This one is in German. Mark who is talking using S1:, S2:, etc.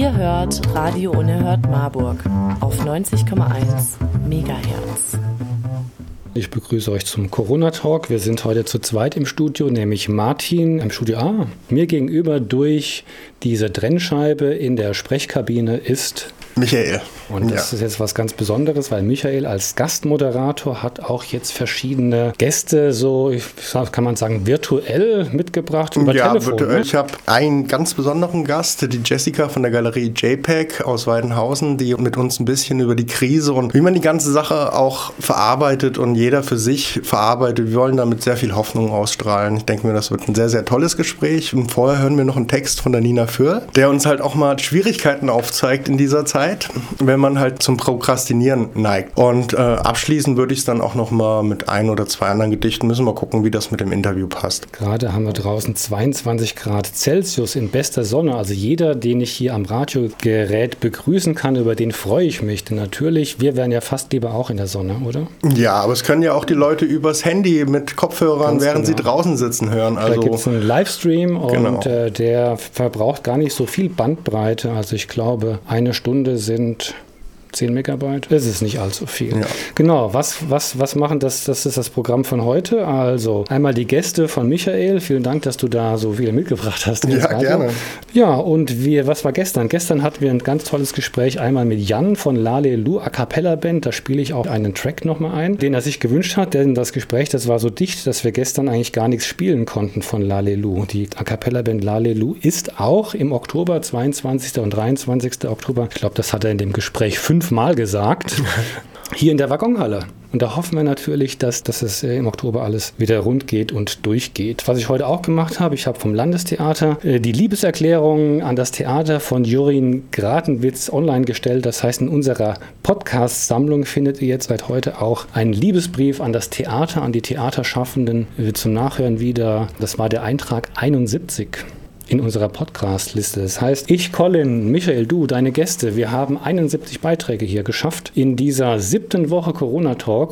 S1: Ihr hört Radio Unerhört Marburg auf 90,1 Megahertz.
S2: Ich begrüße euch zum Corona-Talk. Wir sind heute zu zweit im Studio, nämlich Martin im Studio A. Mir gegenüber durch diese Trennscheibe in der Sprechkabine ist
S3: Michael.
S2: Und das ist jetzt was ganz Besonderes, weil Michael als Gastmoderator hat auch jetzt verschiedene Gäste, so kann man sagen, virtuell mitgebracht über Telefon.
S3: Virtuell.
S2: Ne?
S3: Ich habe einen ganz besonderen Gast, die Jessica von der Galerie JPEG aus Weidenhausen, die mit uns ein bisschen über die Krise und wie man die ganze Sache auch verarbeitet und jeder für sich verarbeitet. Wir wollen damit sehr viel Hoffnung ausstrahlen. Ich denke mir, das wird ein sehr, sehr tolles Gespräch. Und vorher hören wir noch einen Text von der Nina Für, der uns halt auch mal Schwierigkeiten aufzeigt in dieser Zeit, wenn man halt zum Prokrastinieren neigt. Und abschließend würde ich es dann auch noch mal mit ein oder zwei anderen Gedichten, müssen wir gucken, wie das mit dem Interview passt.
S2: Gerade haben wir draußen 22 Grad Celsius in bester Sonne. Also jeder, den ich hier am Radiogerät begrüßen kann, über den freue ich mich. Denn natürlich, wir wären ja fast lieber auch in der Sonne, oder?
S3: Ja, aber es können ja auch die Leute übers Handy mit Kopfhörern,
S2: Ganz
S3: während
S2: genau.
S3: sie draußen sitzen, hören.
S2: Da gibt es einen Livestream und
S3: Genau.
S2: Der verbraucht gar nicht so viel Bandbreite. Also ich glaube, eine Stunde sind 10 Megabyte. Das ist nicht allzu viel.
S3: Ja.
S2: Genau, was machen das? Das ist das Programm von heute. Also einmal die Gäste von Michael. Vielen Dank, dass du da so viel mitgebracht hast.
S3: Ja, gerne.
S2: Ja, und was war gestern? Gestern hatten wir ein ganz tolles Gespräch einmal mit Jan von Lalelu A Cappella Band. Da spiele ich auch einen Track nochmal ein, den er sich gewünscht hat. Denn das Gespräch, das war so dicht, dass wir gestern eigentlich gar nichts spielen konnten von Lalelu. Die A Cappella Band Lalelu ist auch im Oktober, 22. und 23. Oktober. Ich glaube, das hat er in dem Gespräch 5-mal gesagt. Hier in der Waggonhalle. Und da hoffen wir natürlich, dass es im Oktober alles wieder rund geht und durchgeht. Was ich heute auch gemacht habe, ich habe vom Landestheater die Liebeserklärung an das Theater von Jorin Gratenwitz online gestellt. Das heißt, in unserer Podcast-Sammlung findet ihr jetzt seit heute auch einen Liebesbrief an das Theater, an die Theaterschaffenden zum Nachhören wieder. Das war der Eintrag 71. In unserer Podcast-Liste. Das heißt, ich, Colin, Michael, du, deine Gäste, wir haben 71 Beiträge hier geschafft in dieser 7. Woche Corona-Talk